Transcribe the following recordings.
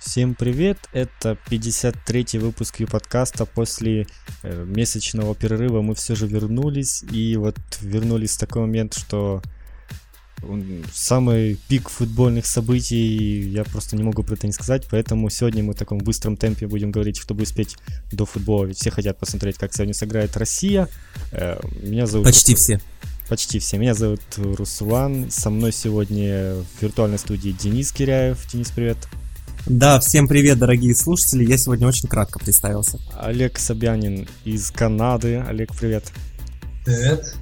Всем привет, это 53-й выпуск Ю-подкаста. После месячного перерыва мы все же вернулись. И вот вернулись в такой момент, что самый пик футбольных событий я просто не могу про это не сказать. Поэтому сегодня мы в таком быстром темпе будем говорить, чтобы успеть до футбола. Ведь все хотят посмотреть, как сегодня сыграет Россия. Меня зовут... Почти все. Почти все. Меня зовут Руслан. Со мной сегодня в виртуальной студии Денис Киряев. Денис, привет. Да, всем привет, дорогие слушатели. Я сегодня очень кратко представился. Олег Собянин из Канады. Олег, привет. Привет.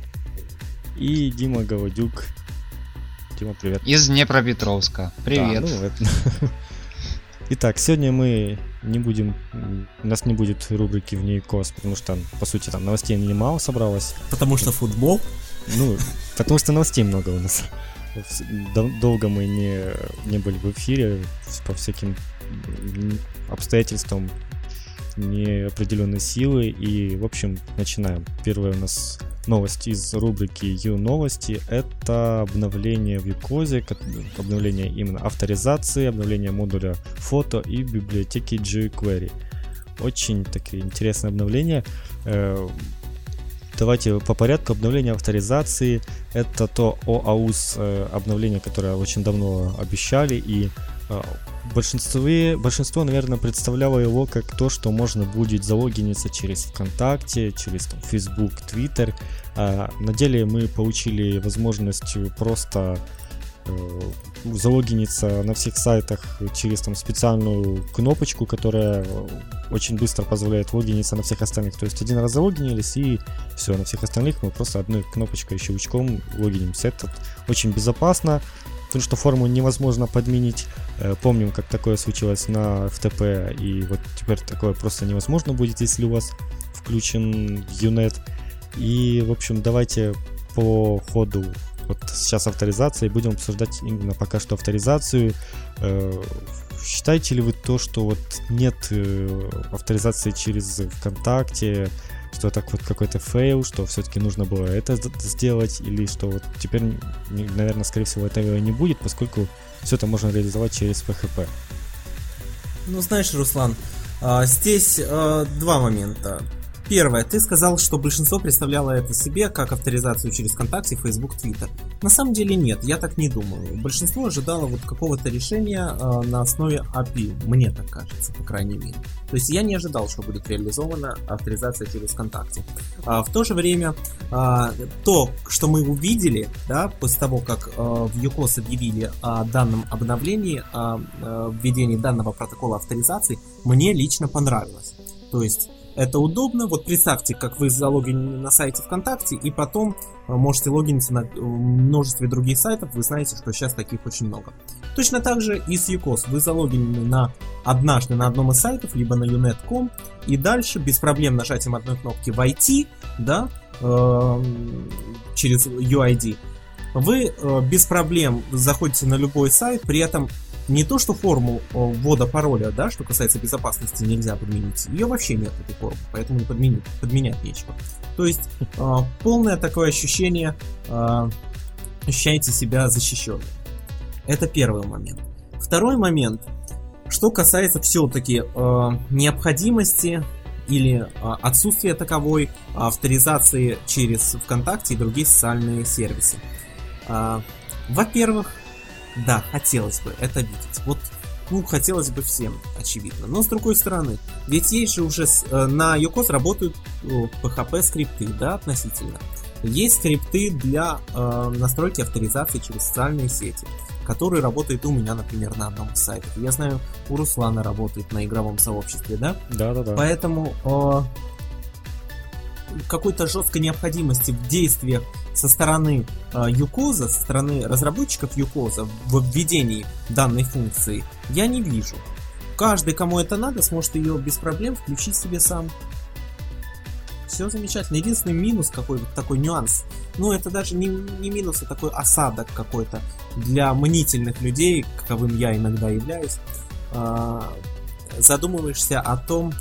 И Дима Голодюк. Дима, привет. Из Днепропетровска. Привет. Да, Итак, сегодня мы не будем... У нас не будет рубрики в Нейкос, потому что, по сути, там новостей немало собралось. Потому что футбол? Потому что новостей много у нас. Долго мы не были в эфире по всяким обстоятельствам неопределенной силы. И, в общем, начинаем. Первая у нас новость из рубрики Ю-новости. Это обновление в Юкозе, обновление именно авторизации, обновление модуля фото и библиотеки jQuery. Очень такие интересные обновления. Давайте по порядку. Обновление авторизации — это то OAuth обновление, которое очень давно обещали, и большинство, наверное, представляло его как то, что можно будет залогиниться через ВКонтакте, через Facebook, Twitter. На деле мы получили возможность просто залогиниться на всех сайтах через специальную кнопочку, которая очень быстро позволяет логиниться на всех остальных. То есть один раз залогинились, и все, на всех остальных мы просто одной кнопочкой, щелчком логинимся. Это очень безопасно, потому что форму невозможно подменить. Помним, как такое случилось на FTP, и вот теперь такое просто невозможно будет, если у вас включен UNet. И, в общем, давайте по ходу вот сейчас авторизация, и будем обсуждать именно пока что авторизацию. Считаете ли вы то, что вот нет авторизации через ВКонтакте, что это вот какой-то фейл, что все-таки нужно было это сделать, или что вот теперь, наверное, скорее всего, этого не будет, поскольку все это можно реализовать через PHP? Ну, знаешь, Руслан, здесь два момента. Первое, ты сказал, что большинство представляло это себе как авторизацию через ВКонтакте, Facebook, Twitter. На самом деле нет, я так не думаю. Большинство ожидало вот какого-то решения на основе API, мне так кажется, по крайней мере. То есть я не ожидал, что будет реализована авторизация через ВКонтакте. В то же время, то, что мы увидели, да, после того, как в ЮКОС объявили о данном обновлении, о введении данного протокола авторизации, мне лично понравилось. То есть это удобно. Вот представьте, как вы залогинены на сайте ВКонтакте, и потом можете логиниться на множестве других сайтов. Вы знаете, что сейчас таких очень много. Точно так же и с ЮКОС. Вы залогинены однажды на одном из сайтов, либо на unet.com, и дальше без проблем нажатием одной кнопки «Войти», да, через UID, вы без проблем заходите на любой сайт, при этом не то, что форму ввода пароля, да, что касается безопасности, нельзя подменить. Ее вообще нет, этой формы, поэтому не подменять нечего. То есть полное такое ощущение, ощущаете себя защищенным. Это первый момент. Второй момент, что касается все-таки необходимости или отсутствия таковой авторизации через ВКонтакте и другие социальные сервисы. Во-первых, да, хотелось бы это видеть. Вот, хотелось бы всем, очевидно. Но с другой стороны, ведь есть же уже на ЮКОС работают PHP скрипты, да, относительно. Есть скрипты для настройки авторизации через социальные сети, которые работают у меня, например, на одном из сайтов. Я знаю, у Руслана работает на игровом сообществе, да? Да. Поэтому какой-то жесткой необходимости в действиях со стороны ЮКОЗа, со стороны разработчиков ЮКОЗа в введении данной функции я не вижу. Каждый, кому это надо, сможет ее без проблем включить себе сам. Все замечательно. Единственный минус, такой нюанс, это даже не минус, а такой осадок какой-то для мнительных людей, каковым я иногда являюсь. Задумываешься о том,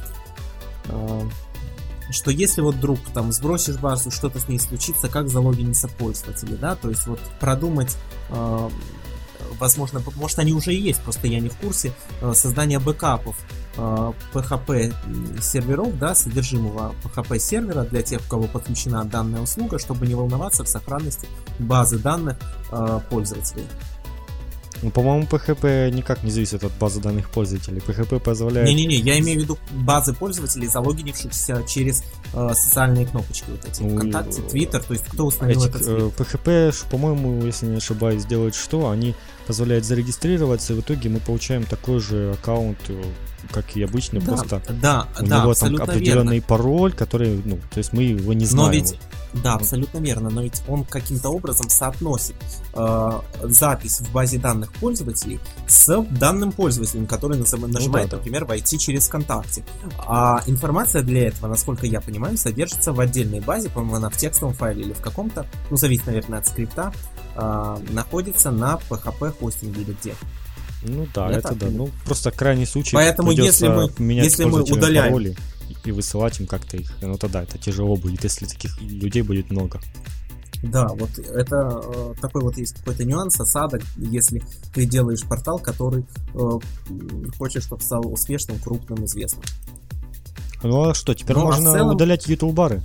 что если вот вдруг сбросишь базу, что-то с ней случится, как залогиниться пользователю, да, то есть вот продумать возможно, может они уже и есть, просто я не в курсе, создание бэкапов PHP серверов, да, содержимого PHP сервера для тех, у кого подключена данная услуга, чтобы не волноваться в сохранности базы данных пользователей. Ну, по-моему, PHP никак не зависит от базы данных пользователей. PHP позволяет... Не-не-не, я имею в виду базы пользователей, залогинившихся через социальные кнопочки, вот эти, ВКонтакте, Twitter, то есть кто установил этот свит. PHP, по-моему, если не ошибаюсь, делают что? Они позволяют зарегистрироваться, и в итоге мы получаем такой же аккаунт, как и обычно, просто у него там определенный верно. Пароль, который, ну, то есть мы его не знаем. Но ведь, да, абсолютно верно, но ведь он каким-то образом соотносит запись в базе данных пользователей с данным пользователем, который нажимает, например, войти через ВКонтакте. А информация для этого, насколько я понимаю, содержится в отдельной базе, по-моему, она в текстовом файле или в каком-то, ну, зависит, наверное, от скрипта, находится на PHP хостинге или где. Ну да, это да. Ну, просто крайний случай. Поэтому если мы удаляем пароли и высылать им как-то их, ну тогда это тяжело будет, если таких людей будет много. Да, вот это такой вот есть какой-то нюанс, осадок, если ты делаешь портал, который хочешь, чтобы стал успешным, крупным, известным. Ну а что, теперь можно целом... удалять YouTube-бары?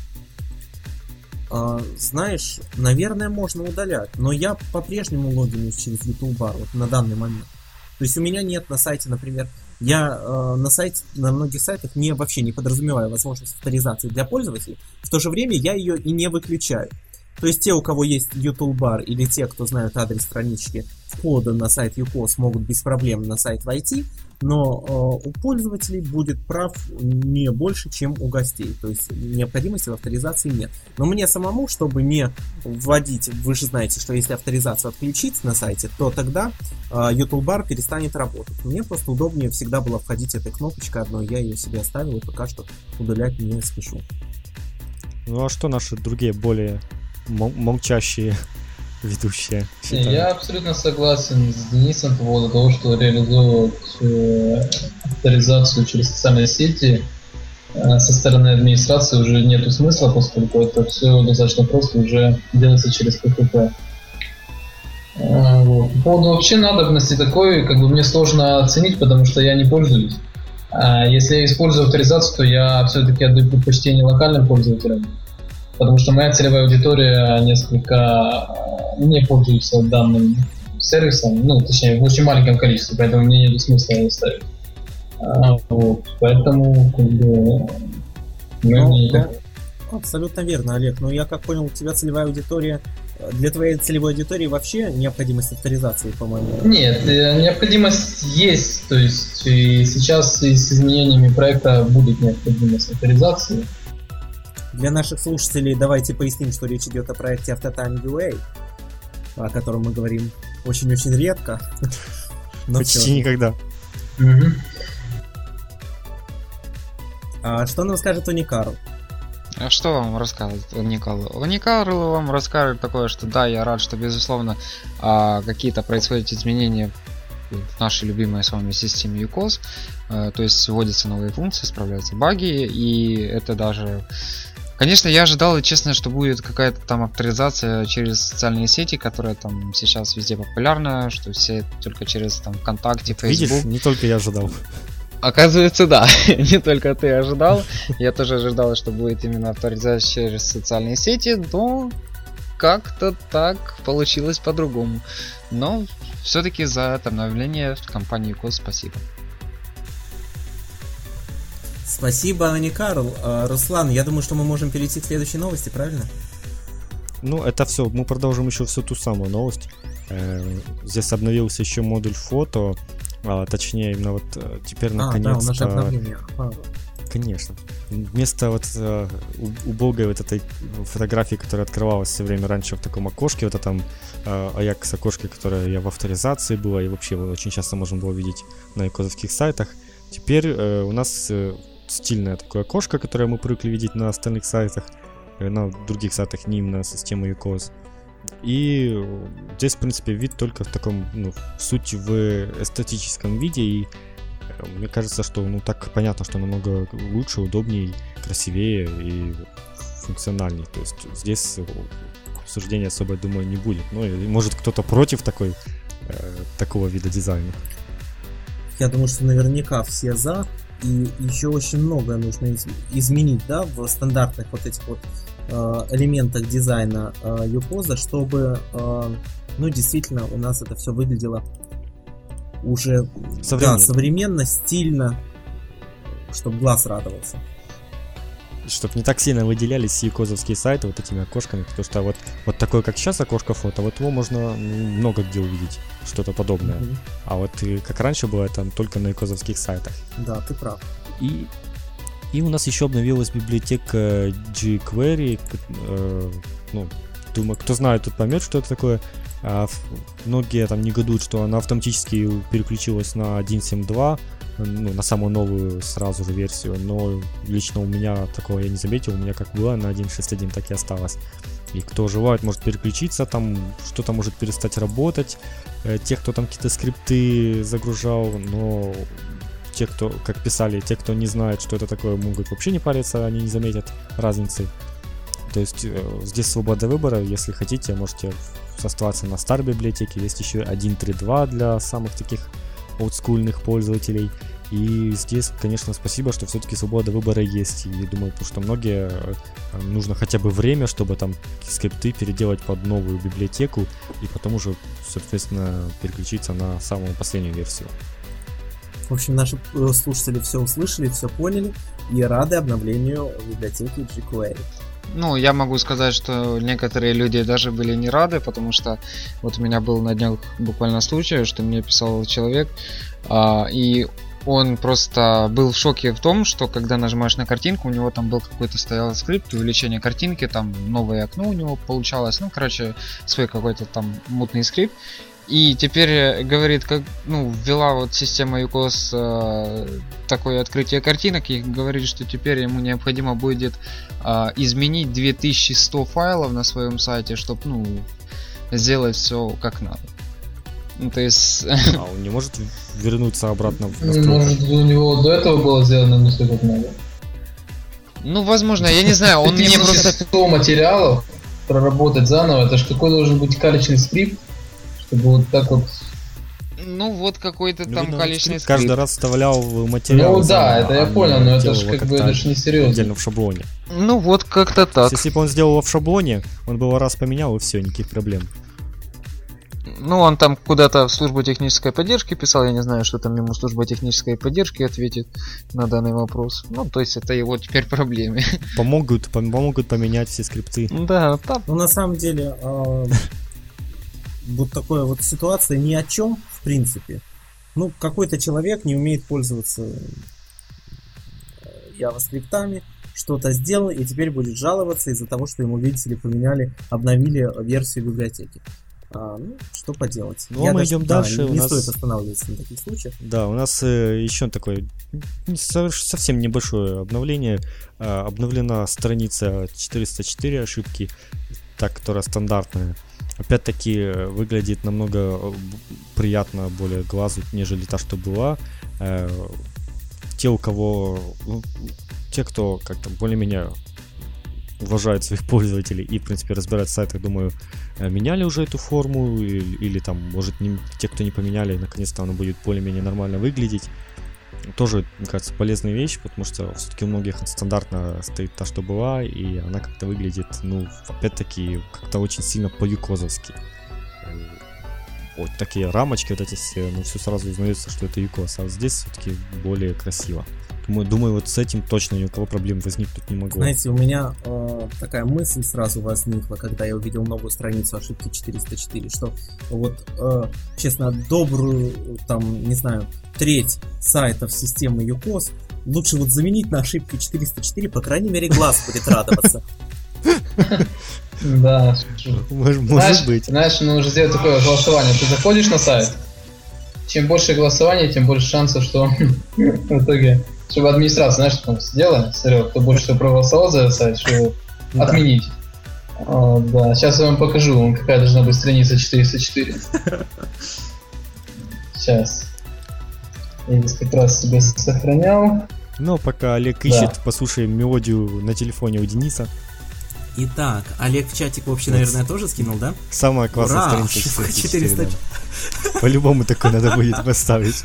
Знаешь, наверное, можно удалять, но я по-прежнему логинюсь через YouTube-бар вот на данный момент. То есть у меня нет на сайте, например, я на многих сайтах вообще не подразумеваю возможность авторизации для пользователей, в то же время я ее и не выключаю. То есть те, у кого есть YouTube-бар, или те, кто знают адрес странички входа на сайт UCOS, могут без проблем на сайт войти, но у пользователей будет прав не больше, чем у гостей. То есть необходимости в авторизации нет. Но мне самому, чтобы не вводить, вы же знаете, что если авторизацию отключить на сайте, то тогда YouTube-бар перестанет работать. Мне просто удобнее всегда было входить этой кнопочкой одной, я ее себе оставил и пока что удалять не спешу. Ну а что наши другие более молчащие ведущие считают? Я абсолютно согласен с Денисом по поводу того, что реализовывать авторизацию через социальные сети со стороны администрации уже нету смысла, поскольку это все достаточно просто уже делается через PHP. Вот. По поводу вообще надобности такой, как бы мне сложно оценить, потому что я не пользуюсь. Если я использую авторизацию, то я все-таки отдаю предпочтение локальным пользователям. Потому что моя целевая аудитория несколько не пользуется данным сервисом, ну, точнее, в очень маленьком количестве, поэтому мне нет смысла его ставить. Вот, поэтому, как бы, абсолютно верно, Олег. Но я как понял, у тебя целевая аудитория, для твоей целевой аудитории вообще необходимость авторизации, по-моему? Нет, необходимость есть, то есть и сейчас и с изменениями проекта будет необходимость авторизации. Для наших слушателей давайте поясним, что речь идет о проекте Autotime.ua, о котором мы говорим очень-очень редко. Почти никогда. Что нам скажет Уникарл? А что вам рассказывает Уникарл? Уникарл вам расскажет такое, что да, я рад, что безусловно какие-то происходят изменения в нашей любимой с вами системе UCOS. То есть вводятся новые функции, исправляются баги, и это даже... Конечно, я ожидал, честно, что будет какая-то там авторизация через социальные сети, которая там сейчас везде популярна, что все только через там ВКонтакте, Facebook. Видишь, не только я ожидал. Оказывается, да, не только ты ожидал. Я тоже ожидал, что будет именно авторизация через социальные сети, но как-то так получилось по-другому. Но все-таки за это обновление компании UCOS спасибо. Спасибо, Уникарл. Руслан, я думаю, что мы можем перейти к следующей новости, правильно? Ну, это все. Мы продолжим еще всю ту самую новость. Здесь обновился еще модуль фото. Точнее, именно вот теперь наконец-то... Да, у нас же обновление. Конечно. Вместо вот убогой вот этой фотографии, которая открывалась все время раньше в таком окошке, вот этом Ajax окошке, которое я в авторизации было, и вообще очень часто можно было видеть на икозовских сайтах. Теперь у нас стильное такое окошко, которое мы привыкли видеть на остальных сайтах, на других сайтах, не именно системы UCOS. И здесь, в принципе, вид только в таком, суть в эстетическом виде, и мне кажется, что, так понятно, что намного лучше, удобнее, красивее и функциональнее. То есть здесь обсуждения особо, думаю, не будет. Ну, может, кто-то против такой такого вида дизайна. Я думаю, что наверняка все за, и еще очень многое нужно изменить, да, в стандартных вот этих вот элементах дизайна Юкоза, чтобы, ну, действительно, у нас это все выглядело уже современно, стильно, чтобы глаз радовался. Чтобы не так сильно выделялись юкозовские сайты вот этими окошками, потому что вот такое, как сейчас окошко фото, вот его можно много где увидеть, что-то подобное. А вот как раньше было, это только на юкозовских сайтах. Да, ты прав. И у нас еще обновилась библиотека jQuery. Ну, думаю, кто знает, тот поймет, что это такое. Многие там негодуют, что она автоматически переключилась на 1.7.2, ну, на самую новую сразу же версию, но лично у меня такого я не заметил, у меня как было на 1.6.1, так и осталось. И кто желает, может переключиться, там что-то может перестать работать, те, кто там какие-то скрипты загружал, но те, кто, как писали, те, кто не знает, что это такое, могут вообще не париться, они не заметят разницы. То есть здесь свобода выбора, если хотите, можете сослаться на старой библиотеке, есть еще 1.3.2 для самых таких олдскульных пользователей. И здесь, конечно, спасибо, что все-таки свобода выбора есть. И думаю, потому что многие нужно хотя бы время, чтобы там скрипты переделать под новую библиотеку и потом уже, соответственно, переключиться на самую последнюю версию. В общем, наши слушатели все услышали, все поняли и рады обновлению библиотеки jQuery. Ну, я могу сказать, что некоторые люди даже были не рады, потому что вот у меня был на днях буквально случай, что мне писал человек, и он просто был в шоке в том, что когда нажимаешь на картинку, у него там был какой-то стоял скрипт увеличения картинки, там новое окно у него получалось, ну, короче, свой какой-то там мутный скрипт. И теперь, говорит, как, ну, ввела вот система UCOS такое открытие картинок и говорит, что теперь ему необходимо будет изменить 2100 файлов на своем сайте, чтобы, ну, сделать все как надо. Ну, то есть... А он не может вернуться обратно в настройку? Может, у него до этого было сделано не все как надо? Ну, возможно, я не знаю, он мне просто... 100 материалов проработать заново, это ж какой должен быть калечный скрипт, чтобы вот так вот... Ну, вот какой-то там калечный скрипт. Каждый раз вставлял в материал. Ну да, это я понял, но это же как бы это ж не серьезно. Отдельно в шаблоне. Ну, вот как-то так. Если бы он сделал в шаблоне, он бы его раз поменял и все, никаких проблем. Ну, он там куда-то в службу технической поддержки писал, я не знаю, что там ему служба технической поддержки ответит на данный вопрос. Ну, то есть это его теперь проблемы. Помогут поменять все скрипты. Да, так. Ну, на самом деле, вот такая вот ситуация ни о чем, в принципе. Ну, какой-то человек не умеет пользоваться JavaScript'ами, что-то сделал, и теперь будет жаловаться из-за того, что ему, видите ли, поменяли, обновили версию библиотеки. Ну, что поделать. Ну, мы идем дальше. Не стоит останавливаться на таких случаях. Да, у нас еще такое совсем небольшое обновление. Обновлена страница 404 ошибки, та, которая стандартная. Опять-таки выглядит намного приятно более глазу, нежели та, что была. Те, у кого... те, кто как-то более-менее уважают своих пользователей и, в принципе, разбирают в сайтах, думаю, меняли уже эту форму, или там, может, те, кто не поменяли, наконец-то она будет более-менее нормально выглядеть. Тоже, мне кажется, полезная вещь, потому что все-таки у многих стандартно стоит та, что была, и она как-то выглядит, ну, опять-таки, как-то очень сильно по-юкозовски. Вот такие рамочки вот эти все, ну, все сразу узнается, что это юкоз, а здесь все-таки более красиво. Думаю, вот с этим точно ни у кого проблем возникнуть не могло. Знаете, у меня такая мысль сразу возникла, когда я увидел новую страницу ошибки 404, что вот, честно, добрую, там, не знаю, треть сайтов системы UCOS лучше вот заменить на ошибки 404, по крайней мере, глаз будет радоваться. Да, может быть. Знаешь, мы уже сделали такое голосование. Ты заходишь на сайт, чем больше голосований, тем больше шансов, что в итоге, чтобы администрация, знаешь, что там сделала, смотрел, кто больше всего проголосовал за этот сайт, чтобы отменить. Да, сейчас я вам покажу, какая должна быть страница 404. Сейчас. Я здесь как раз себе сохранял. Ну, пока Олег ищет, послушаем мелодию на телефоне у Дениса. Итак, Олег в чатик вообще, наверное, тоже скинул, да? Самая классная Ура! страница 400. да. По-любому такое надо будет поставить.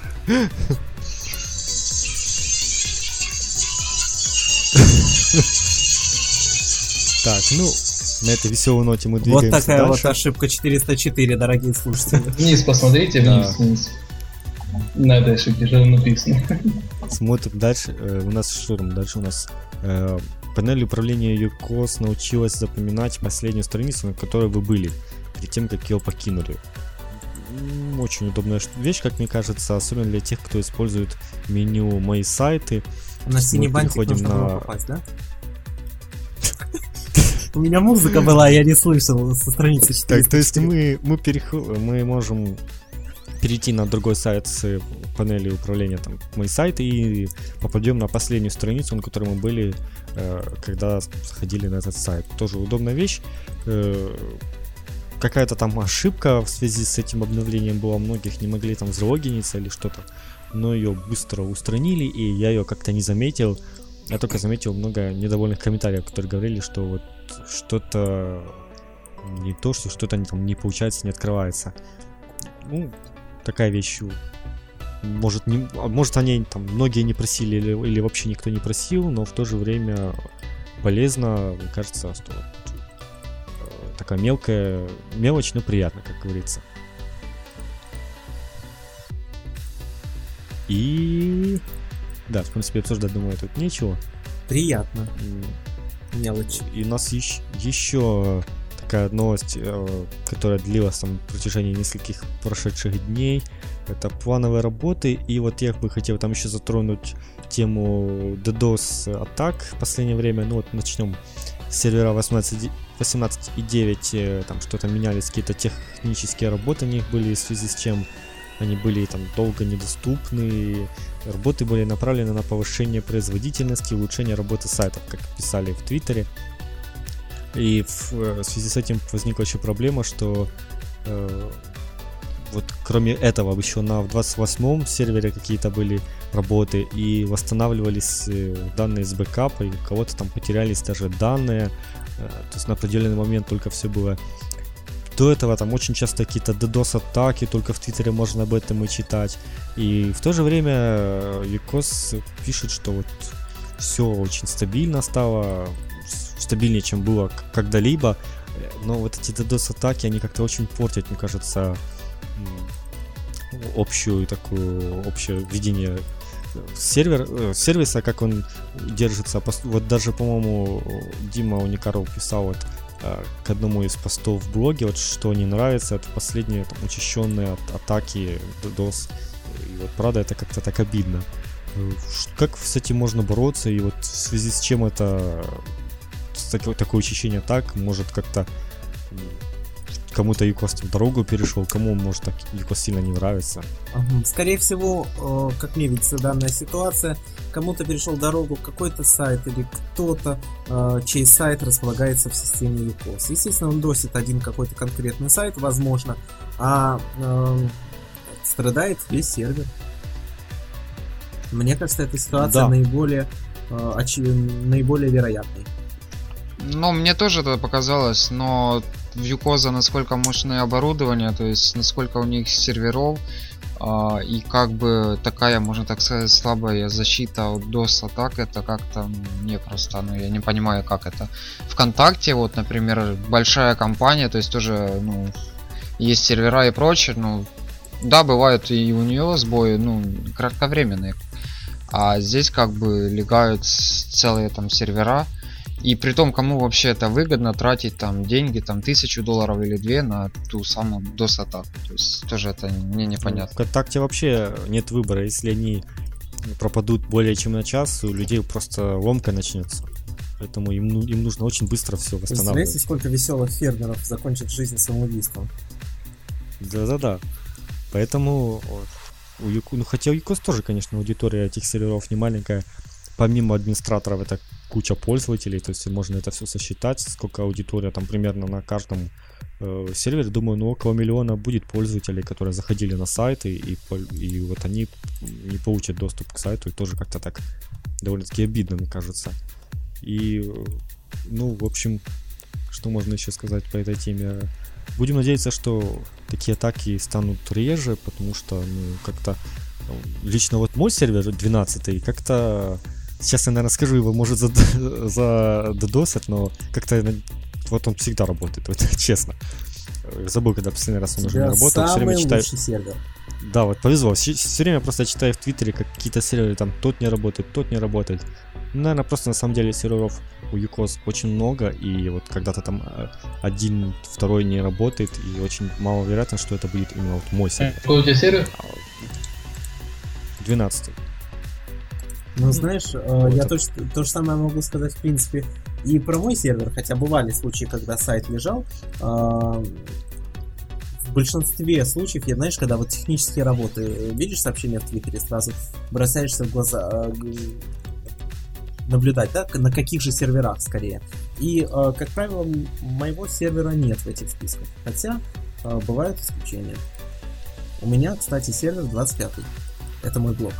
Так, ну, на этой веселой ноте мы двигаемся Вот такая дальше. вот ошибка 404, дорогие слушатели. Вниз посмотрите, вниз. На этой ошибке что написано. Смотрим дальше. У нас что там? Дальше у нас панель управления UCOS научилась запоминать последнюю страницу, на которой вы были, перед тем, как ее покинули. Очень удобная вещь, как мне кажется, особенно для тех, кто использует меню «Мои сайты». На синий бантик переходим нужно было попасть, да? У меня музыка была, я не слышал со страницы 404. Так, то есть мы можем перейти на другой сайт с панели управления, там, «Мои сайты», и попадем на последнюю страницу, на которой мы были, когда заходили на этот сайт. Тоже удобная вещь. Какая-то там ошибка в связи с этим обновлением была, многих не могли там залогиниться или что-то, но ее быстро устранили, и я ее как-то не заметил. Я только заметил много недовольных комментариев, которые говорили, что вот что-то не то, что что-то там не получается, не открывается. Ну, такая вещь. Может они там многие не просили или вообще никто не просил, но в то же время полезно, мне кажется, что такая мелкая мелочь, но приятно, как говорится. И да, в принципе, обсуждать, думаю, тут нечего. Приятно. Мелочь. И у нас еще такая новость, которая длилась там в протяжении нескольких прошедших дней. Это плановые работы. И вот я бы хотел там еще затронуть тему DDoS атак в последнее время. Ну вот начнем с сервера 18.9. Там что-то менялись, какие-то технические работы у них были, в связи с чем они были там долго недоступны. Работы были направлены на повышение производительности и улучшение работы сайтов, как писали в Твиттере. И в связи с этим возникла еще проблема, что вот кроме этого еще на 28-м сервере какие-то были работы и восстанавливались данные с бэкапа, и у кого-то там потерялись даже данные. То есть на определенный момент только все было. До этого там очень часто какие-то DDoS-атаки, только в Твиттере можно об этом и читать. И в то же время UCOS пишет, что вот все очень стабильно стало, стабильнее, чем было когда-либо. Но вот эти DDoS-атаки, они как-то очень портят, мне кажется, общее видение сервиса, как он держится. Вот даже, по-моему, Дима Уникаров писал вот к одному из постов в блоге, вот что не нравится, это последние там, учащенные атаки DDoS. И вот правда это как-то так обидно. Как с этим можно бороться, и вот в связи с чем это такое учащение атак может как-то кому-то UCOS в дорогу перешел, кому может так UCOS сильно не нравится. Скорее всего, как мне видится данная ситуация, кому-то перешел дорогу какой-то сайт или кто-то, чей сайт располагается в системе UCOS. Естественно, он досит один какой-то конкретный сайт, возможно, а страдает весь сервер. Мне кажется, эта ситуация наиболее вероятной. Ну, мне тоже это показалось, но в UCOS насколько мощное оборудование, то есть насколько у них серверов, и как бы такая, можно так сказать, слабая защита от DOS-атак, это как-то непросто, ну, я не понимаю, как это. ВКонтакте, вот, например, большая компания, то есть тоже, ну, есть сервера и прочее, ну, да, бывают и у нее сбои, ну, кратковременные, а здесь как бы легают целые там сервера. И при том, кому вообще это выгодно тратить там деньги, там $1000 или 2 на ту самую DOS-атаку. То есть тоже это мне непонятно. ВКонтакте вообще нет выбора. Если они пропадут более чем на час, у людей просто ломка начнется. Поэтому им нужно очень быстро все восстанавливать. Представляете, сколько веселых фермеров закончат жизнь самоубийством? Да. Поэтому хотя у UCOS тоже, конечно, аудитория этих серверов не маленькая. Помимо администраторов, это куча пользователей, то есть можно это все сосчитать, сколько аудитория там примерно на каждом сервере. Думаю, около 1 миллиона будет пользователей, которые заходили на сайты, и вот они не получат доступ к сайту, и тоже как-то так довольно-таки обидно, мне кажется. И, в общем, что можно еще сказать по этой теме? Будем надеяться, что такие атаки станут реже, потому что, как-то... Лично вот мой сервер 12-й, как-то... Сейчас я, наверное, скажу, его может задосать, но как-то вот он всегда работает, вот, честно. Забыл, когда последний раз он уже не работал. Самый все время читаю... лучший сервер. Да, вот повезло. Все время просто читаю в Твиттере, как какие-то серверы, там, тот не работает. Наверное, просто на самом деле серверов у Юкос очень много, и вот когда-то там один, второй не работает, и очень маловероятно, что это будет именно вот мой сервер. Какой у тебя сервер? 12-й. Ну, знаешь, я то же самое могу сказать, в принципе, и про мой сервер, хотя бывали случаи, когда сайт лежал. В большинстве случаев, знаешь, когда вот технические работы, видишь сообщения в Твиттере, сразу бросаешься в глаза наблюдать, да, на каких же серверах скорее. И, как правило, моего сервера нет в этих списках, хотя бывают исключения. У меня, кстати, сервер 25-й. Это мой блог.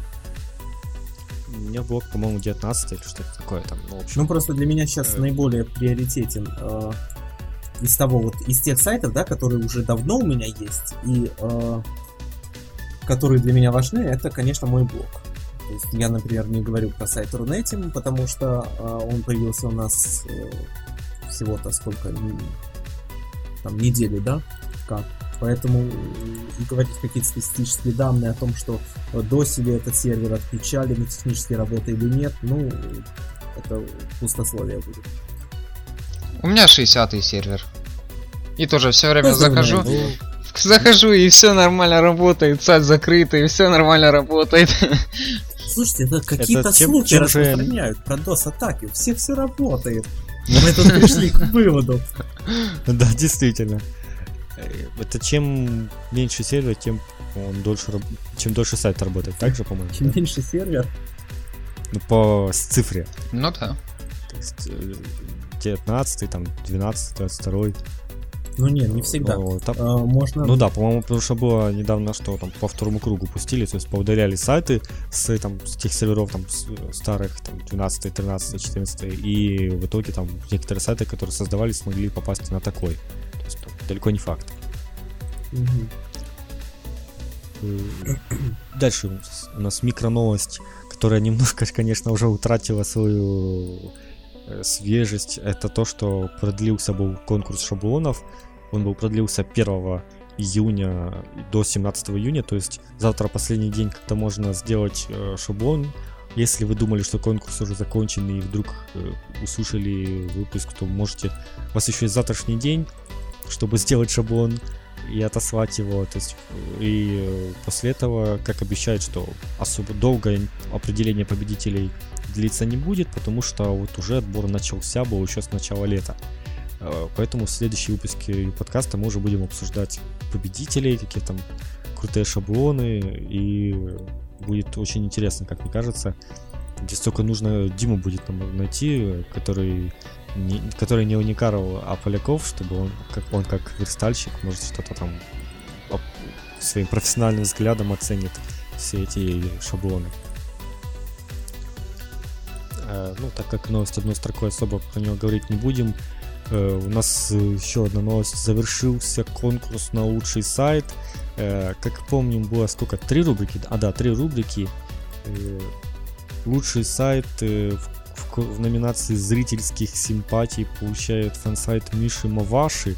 У меня блог, по-моему, 19 или что-то такое там. В общем, Ну, просто для меня сейчас наиболее приоритетен из тех сайтов, да, которые уже давно у меня есть, и которые для меня важны, это, конечно, мой блог. То есть я, например, не говорю про сайт Рунетим, потому что он появился у нас всего-то сколько, там, недели, да, как. Поэтому и говорить какие-то статистические данные о том, что досили этот сервер, отключали на технические работы или нет, ну, это пустословие будет. У меня 60-й сервер. И тоже все время Поздравляю. захожу, и все нормально работает, сайт закрытый, и все нормально работает. Слушайте, это какие-то чем слухи же- распространяют про DOS-атаки. У всех все работает. Мы тут пришли к выводу. Да, действительно. Это чем меньше сервер, тем он чем дольше сайт работает. Так же, по-моему? Чем да? меньше сервер, Ну, по цифре. Ну да. То есть 19, там, 12, 22. ну нет, не всегда. Можно... Ну да, по-моему, потому что было недавно, что там по второму кругу пустили, то есть поудаляли сайты с тех серверов там старых, там 12, 13, 14, и в итоге там некоторые сайты, которые создавались, смогли попасть на такой. То есть далеко не факт. Мгм. Дальше у нас микроновость, которая немножко, конечно, уже утратила свою свежесть. Это то, что продлился был конкурс шаблонов. Он продлился 1 июня до 17 июня, то есть завтра последний день, когда можно сделать шаблон. Если вы думали, что конкурс уже закончен и вдруг услышали выпуск, то можете... У вас еще есть завтрашний день, чтобы сделать шаблон и отослать его. То есть, и после этого, как обещают, что особо долгое определение победителей длиться не будет, потому что вот уже отбор начался, был еще с начала лета. Поэтому в следующем выпуске подкаста мы уже будем обсуждать победителей, какие там крутые шаблоны, и будет очень интересно, как мне кажется. Здесь только нужно Диму будет нам найти, который не уникаров, а поляков, чтобы он как верстальщик, может что-то там своим профессиональным взглядом оценит все эти шаблоны. Ну, так как новость одной строкой, особо про него говорить не будем. У нас еще одна новость. Завершился конкурс на лучший сайт. Как помним, было сколько? 3 рубрики? 3 рубрики. Лучший сайт в номинации зрительских симпатий получает фан-сайт Миши Маваши.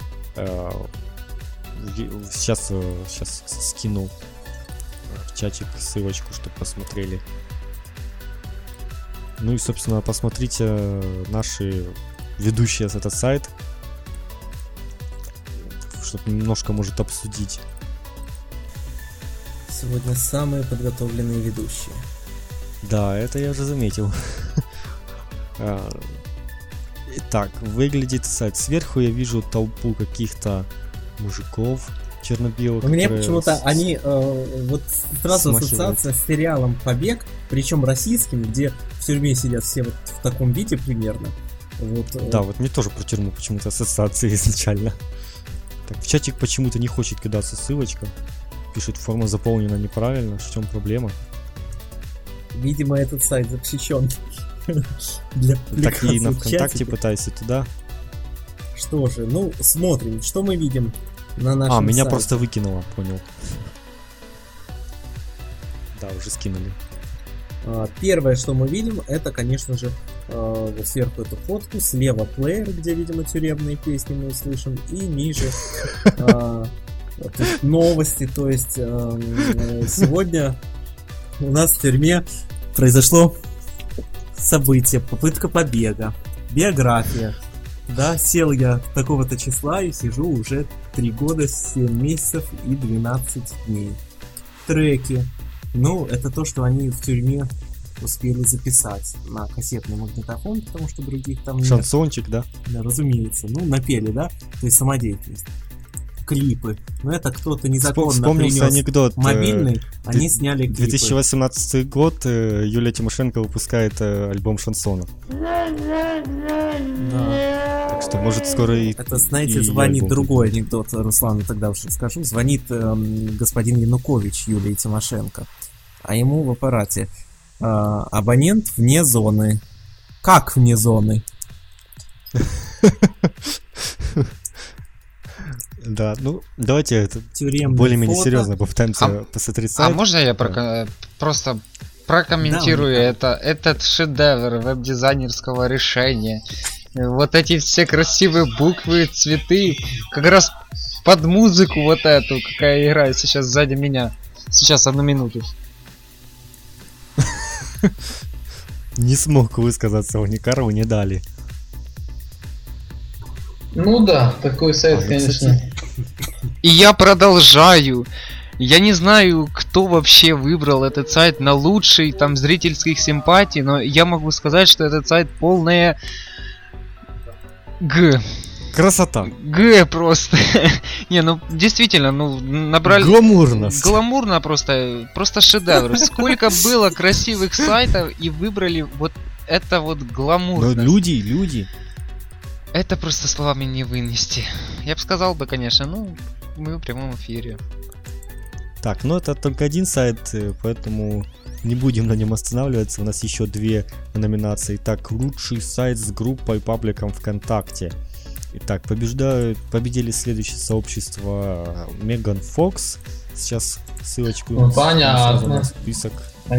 Сейчас скину в чатик ссылочку, чтобы посмотрели. Ну и, собственно, посмотрите наши ведущие этот сайт, чтобы немножко, может, обсудить. Сегодня самые подготовленные ведущие. Да, это я уже заметил. Итак, выглядит сайт. Сверху я вижу толпу каких-то мужиков черно-белых. У меня почему-то они вот сразу смахивают. ассоциация с сериалом «Побег», причем российским, где в тюрьме сидят все вот в таком виде примерно. Вот, Да, вот мне тоже про тюрьму почему-то ассоциации изначально. Так, в чатик почему-то не хочет кидаться ссылочка. Пишет, форма заполнена неправильно. В чем проблема? Видимо, этот сайт защищен для Так и на публикации в ВКонтакте чатике. пытайся туда. Что же, ну, смотрим, что мы видим на нашем меня сайте. просто выкинуло, понял. Да, уже скинули. Первое, что мы видим, это, конечно же, вот сверху эту фотку, слева плеер, где, видимо, тюремные песни мы услышим, и ниже новости. То есть сегодня у нас в тюрьме произошло событие, попытка побега, биография. Да, сел я такого-то числа и сижу уже 3 года, 7 месяцев и 12 дней. Треки. Ну, это то, что они в тюрьме успели записать на кассетный магнитофон, потому что других там нет. Шансончик, да? Да, разумеется. Ну, напели, да? То есть самодеятельность. Клипы. Но это кто-то незаконно Вспомнился принес анекдот. мобильный, они сняли клипы. 2018 год, Юлия Тимошенко выпускает альбом шансонов. Да. Так что, может, скоро и... Это, знаете, и звонит альбом другой выпустит. анекдот, Руслану тогда уже скажу. Звонит господин Янукович Юлии Тимошенко, а ему в аппарате абонент вне зоны. Как вне зоны? Да, ну, давайте это Тюремные более-менее фото. серьезно попытаемся посмотреть сайт. можно я просто прокомментирую этот шедевр веб-дизайнерского решения? Вот эти все красивые буквы, цветы, как раз под музыку вот эту, какая играет сейчас сзади меня. Сейчас, 1 минуту. Не смог высказаться, Уникарову не дали. Ну да, такой сайт, конечно. И я продолжаю. Я не знаю, кто вообще выбрал этот сайт на лучший там зрительских симпатий, но я могу сказать, что этот сайт полная Красота. просто. Не, ну действительно, ну набрали... Гламурность. Гламурно просто шедевр. Сколько было красивых сайтов и выбрали вот это вот Но гламурность. люди. Это просто словами не вынести. Я бы сказал бы, конечно, ну, мы в прямом эфире. Так, ну это только один сайт, поэтому не будем на нем останавливаться. У нас еще 2 номинации. Так, лучший сайт с группой пабликом ВКонтакте. Итак, победили следующее сообщество Меган Фокс. Сейчас ссылочку Ну, понятно. на список.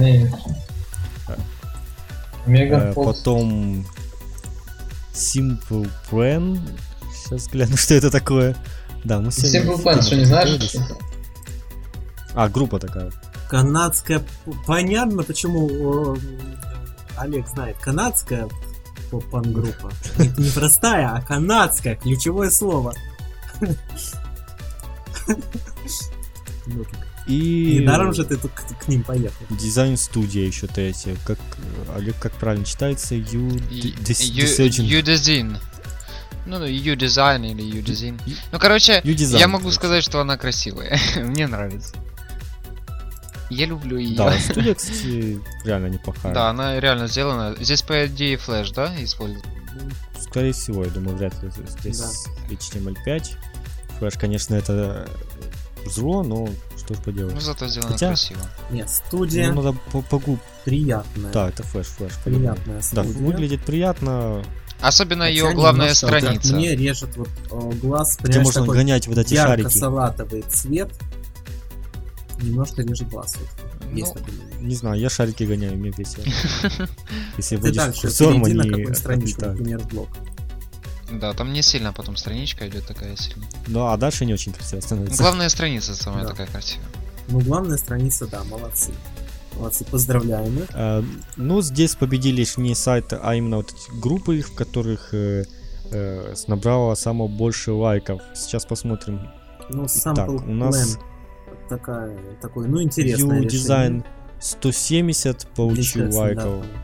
Меган Фокс. Потом Simple Plan. Сейчас гляну, что это такое. Да, мы сегодня... Simple Plan, что не знаешь? Группа такая. Канадская... Понятно, почему Олег знает. Канадская поп-панк-группа. Не простая, а канадская. Ключевое слово. И... Недаром же ты тут к ним поехал. Дизайн-студия еще третья. Как, Олег, как правильно читается? Udezine. Ну, Udezine или Udezine. Ну, короче, Udezine, я могу короче. сказать, что она красивая. Мне нравится. Я люблю ее. Да, студия, кстати, реально неплохая. Да, она реально сделана. Здесь, по идее, флеш, да, используют? Скорее всего, я думаю, вряд ли здесь HTML5. Флэш, конечно, это зло, но что ж поделать. Ну, зато сделано Хотя- красиво. Нет, студия Ну, надо погуб. приятная. Да, это флэш. Приятная Да, студия. выглядит приятно. Особенно Хотя ее главная немножко, как страница. мне режет вот глаз, Где понимаешь, можно такой гонять вот эти шарики. ярко-салатовый цвет. Немножко режет глаз. Вот, Ну, есть такой. Не знаю, я шарики гоняю, мне весело. Если Ты вводишь дальше курсором, перейди на они какую страничку, отлетают. например, в блог. Да, там не сильно потом страничка идет такая сильная. Ну, а дальше не очень красиво становится. Главная страница самая Да. такая красивая. Ну, главная страница, да, молодцы. Молодцы, поздравляем их. Ну, здесь победили не сайты, а именно вот эти группы, в которых набрало самое больше лайков. Сейчас посмотрим. Ну, Итак, Sample у нас Plan такой, ну, интересное View Design 170 получил Естественно, лайков. да.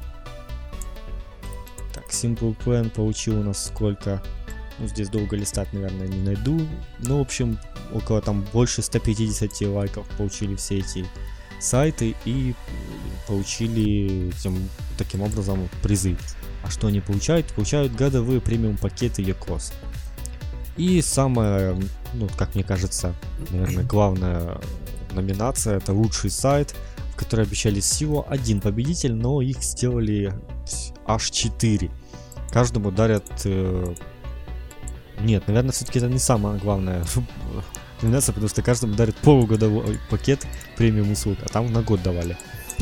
Так, Simple Plan получил у нас сколько? Ну, здесь долго листать, наверное, не найду. Ну, в общем, около там больше 150 лайков получили все эти сайты и получили таким образом призы. А что они получают? Получают годовые премиум пакеты Якос. И самая, ну, как мне кажется, наверное, главная номинация — это лучший сайт, в который обещали всего 1 победитель, но их сделали аж 4. Каждому дарят Нет, наверное, все-таки это не самое главное номинация, потому что каждому дарят полугодовой пакет премиум услуг, а там на год давали.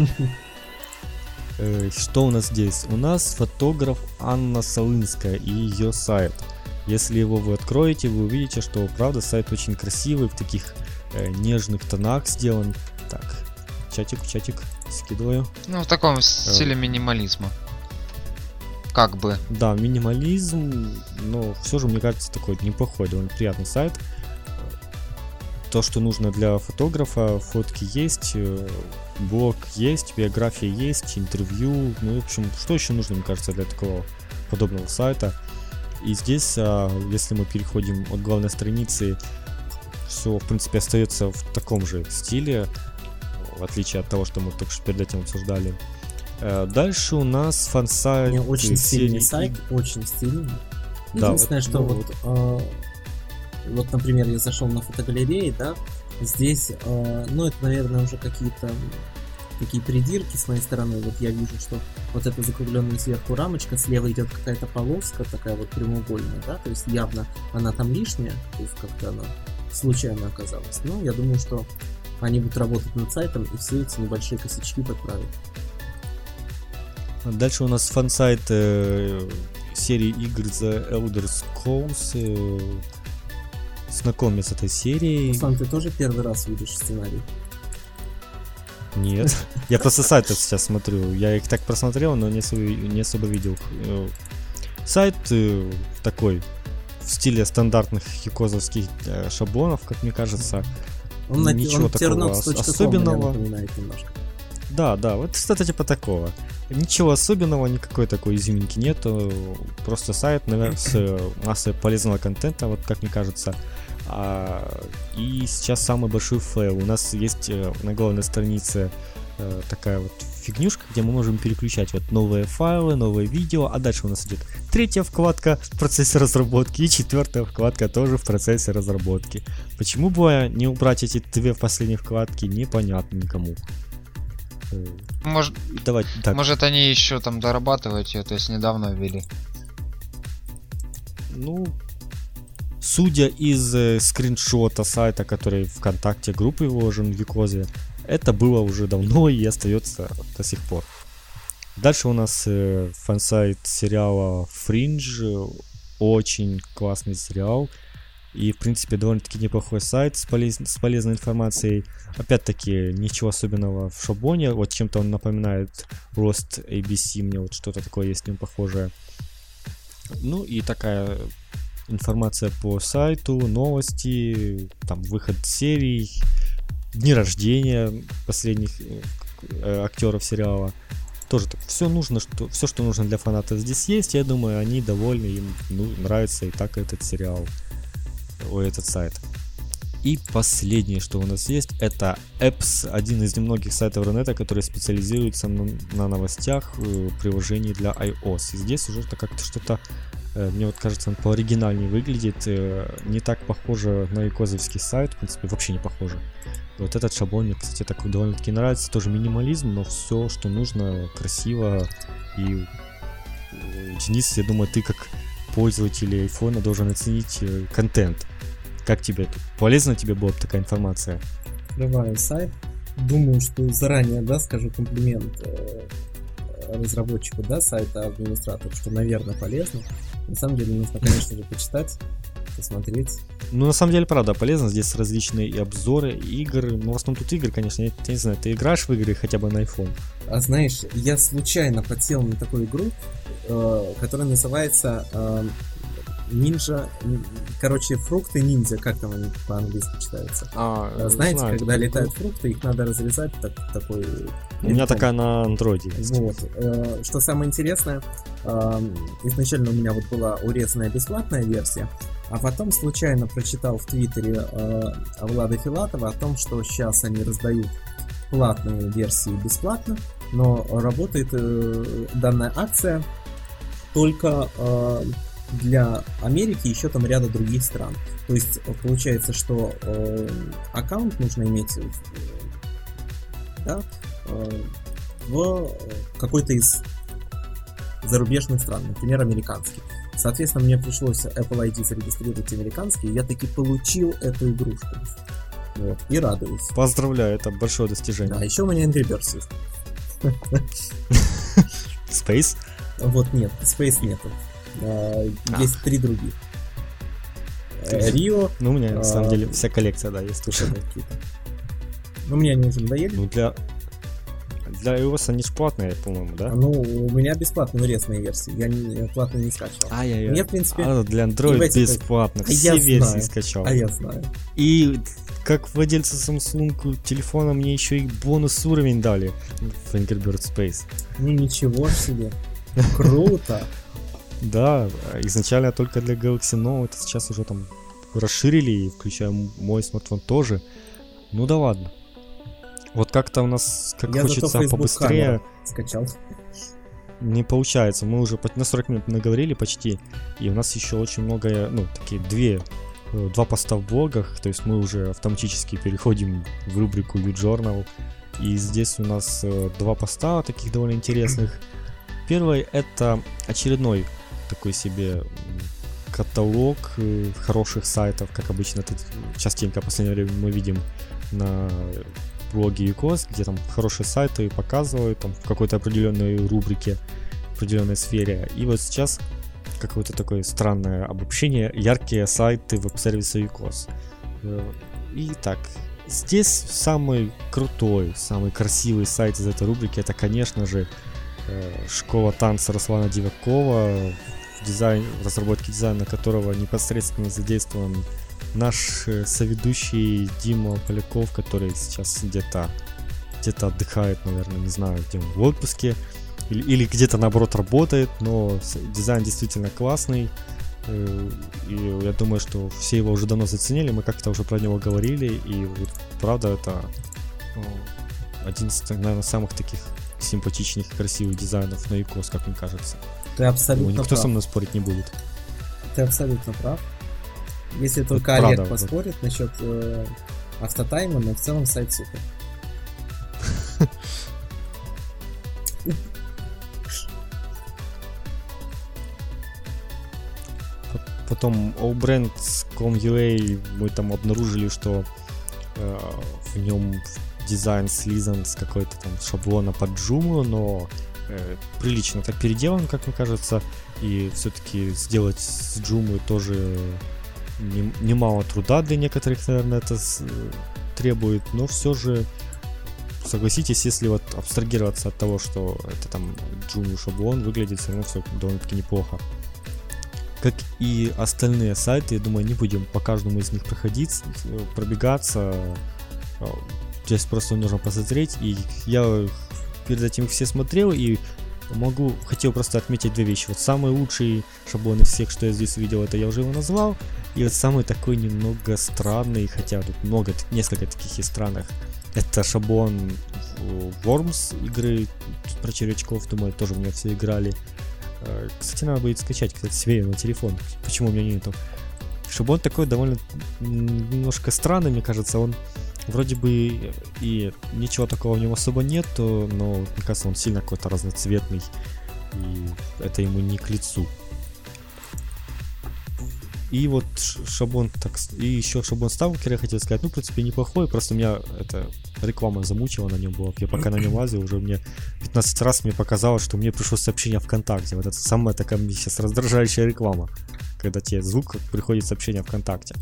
Что у нас здесь? У нас фотограф Анна Солынская и ее сайт. Если его вы откроете, вы увидите, что правда сайт очень красивый, в таких нежных тонах сделан. Так, чатик, скидываю. Ну, в таком стиле минимализма. Как бы. Да, минимализм, но все же, мне кажется, такой неплохой, довольно приятный сайт. То, что нужно для фотографа, фотки есть, блог есть, биография есть, интервью, ну, в общем, что еще нужно, мне кажется, для такого подобного сайта. И здесь, если мы переходим от главной страницы, все, в принципе, остается в таком же стиле, в отличие от того, что мы только что перед этим обсуждали. Дальше у нас фан-сайт. Очень стильный сайт, очень стильный. Да, единственное, что вот, например, я зашел на фотогалереи, да, здесь, ну, это, наверное, уже какие-то такие придирки с моей стороны. Вот я вижу, что вот эта закругленная сверху рамочка, слева идет какая-то полоска, такая вот прямоугольная, да, то есть явно она там лишняя, то есть как-то она случайно оказалась. Но я думаю, что они будут работать над сайтом и все эти небольшие косячки подправят. Дальше у нас фан-сайт серии игр The Elder Scrolls. Знаком я с этой серией. Руслан, ты тоже первый раз видишь сценарий? Нет. Я просто сайты сейчас смотрю. Я их так просмотрел, но не особо видел. Сайт такой в стиле стандартных юкозовских шаблонов, как мне кажется. Ничего такого особенного. Да, вот что-то типа такого. Ничего особенного, никакой такой изюминки нету. Просто сайт, наверное, с массой полезного контента, вот как мне кажется. И сейчас самый большой фейл. У нас есть на главной странице такая вот фигнюшка, где мы можем переключать вот новые файлы, новые видео, а дальше у нас идет третья вкладка в процессе разработки и четвертая вкладка тоже в процессе разработки. Почему бы не убрать эти две последние вкладки, непонятно никому. Может они еще там дорабатывают ее, то есть недавно ввели. Ну, судя из скриншота сайта, который ВКонтакте группы выложен в Викозе, это было уже давно и остается до сих пор. Дальше у нас фан-сайт сериала Fringe. Очень классный сериал. И, в принципе, довольно-таки неплохой сайт с полезной информацией. Опять-таки, ничего особенного в шаблоне. Вот чем-то он напоминает Roast ABC. Мне вот что-то такое есть с ним похожее. Ну и такая информация по сайту, новости, там выход серий, дни рождения последних актеров сериала. Тоже так, все, что нужно для фанатов здесь есть. Я думаю, они довольны, им нравится и так этот сериал. Этот сайт. И последнее, что у нас есть, это Apps, один из немногих сайтов Рунета, который специализируется на новостях приложений для iOS. И здесь уже как-то что-то, мне вот кажется, он пооригинальнее выглядит, не так похоже на икозовский сайт, в принципе, вообще не похоже. Вот этот шаблон мне, кстати, так довольно-таки нравится, тоже минимализм, но все, что нужно, красиво. И, Денис, я думаю, ты как пользователь айфона должен оценить контент. Как тебе? Полезна тебе была бы такая информация? Открываю сайт. Думаю, что заранее, скажу комплимент разработчику, сайта, администратору, что, наверное, полезно. На самом деле нужно, конечно же, почитать, посмотреть. Ну, на самом деле, правда, полезно. Здесь различные и обзоры, и игры. Ну, в основном тут игры, конечно. Я не знаю, ты играешь в игры хотя бы на iPhone? А знаешь, я случайно подсел на такую игру, которая называется Ninja, короче, фрукты ниндзя, как там они по-английски читаются. Знаете, знаю, когда летают фрукты, их надо разрезать такой. У меня такая на андроиде есть. Вот. Что самое интересное, изначально у меня вот была урезанная бесплатная версия, а потом случайно прочитал в Твиттере Влада Филатова о том, что сейчас они раздают платные версии бесплатно, но работает данная акция только для Америки и еще там ряда других стран. То есть получается, что аккаунт нужно иметь в какой-то из зарубежных стран, например, американский. Соответственно, мне пришлось Apple ID зарегистрировать американский, и я таки получил эту игрушку. Вот, и радуюсь. Поздравляю, это большое достижение. Да, еще у меня Angry Birds есть. Space? Вот нет, Space нету. Есть 3 других. Рио. Ну, у меня, на самом деле, вся коллекция, да, есть тоже. Ну, мне они уже надоели. Ну, для iOS они ж платные, по-моему, да? Ну, у меня бесплатные резные версии. Я платные не скачивал. Ай-яй-яй. В принципе... для Android бесплатно. Все версии скачал. А я знаю. И как владельца Samsung телефона мне еще и бонус уровень дали в Angry Birds Space. Ну, ничего себе. Круто. Да, изначально только для Galaxy Note, сейчас уже там расширили, включая мой смартфон тоже. Ну да ладно. Вот как-то у нас, как я хочется побыстрее, скачал. Не получается. Мы уже на 40 минут наговорили почти, и у нас еще очень много, ну, такие два поста в блогах, то есть мы уже автоматически переходим в рубрику YouJournal, и здесь у нас 2 поста таких довольно интересных. Первый — это очередной такой себе каталог хороших сайтов, как обычно это частенько в последнее время мы видим на блоге UCOS, где там хорошие сайты показывают там в какой-то определенной рубрике, в определенной сфере. И вот сейчас какое-то такое странное обобщение: яркие сайты веб-сервиса UCOS. Итак, здесь самый крутой, самый красивый сайт из этой рубрики — это, конечно же, школа танца Руслана Дивакова, в разработке дизайна которого непосредственно задействован наш соведущий Дима Поляков, который сейчас где-то отдыхает, наверное, не знаю, где он, в отпуске, или где-то наоборот работает, но дизайн действительно классный, и я думаю, что все его уже давно заценили, мы как-то уже про него говорили, и вот, правда, это один из, наверное, самых таких симпатичных и красивых дизайнов на UCOS, как мне кажется. Ты абсолютно никто прав. со мной спорить не будет. Ты абсолютно прав. Если только вот Олег правда, поспорит вот насчет автотайма, но в целом сайт супер. Потом allbrands.com.ua мы там обнаружили, что в нем дизайн слизан с какой-то там шаблона под Joomla, но прилично так переделан, как мне кажется, и все-таки сделать с Joomla тоже немало труда для некоторых, наверное, это требует, но все же согласитесь, если вот абстрагироваться от того, что это там Joomla шаблон, выглядит все равно все довольно-таки неплохо. Как и остальные сайты, я думаю, не будем по каждому из них пробегаться. Здесь просто нужно посмотреть. И я перед этим все смотрел и хотел просто отметить 2 вещи. Вот самый лучший шаблон из всех, что я здесь увидел, это я уже его назвал. И вот самый такой немного странный, хотя тут несколько таких и странных. Это шаблон Worms игры про червячков, думаю, тоже в нее все играли. Кстати, надо будет скачать, себе на телефон. Почему у меня нету? Шаблон такой довольно немножко странный, мне кажется. Он вроде бы и ничего такого в нем особо нет, но мне кажется, он сильно какой-то разноцветный. И это ему не к лицу. И вот шаблон, и еще шаблон сталкера я хотел сказать, ну, в принципе, неплохой, просто меня эта реклама замучила на нем была. Я пока на нем лазил, уже мне 15 раз мне показалось, что мне пришло сообщение ВКонтакте. Вот это самая такая мне сейчас раздражающая реклама, когда тебе звук приходит сообщение ВКонтакте.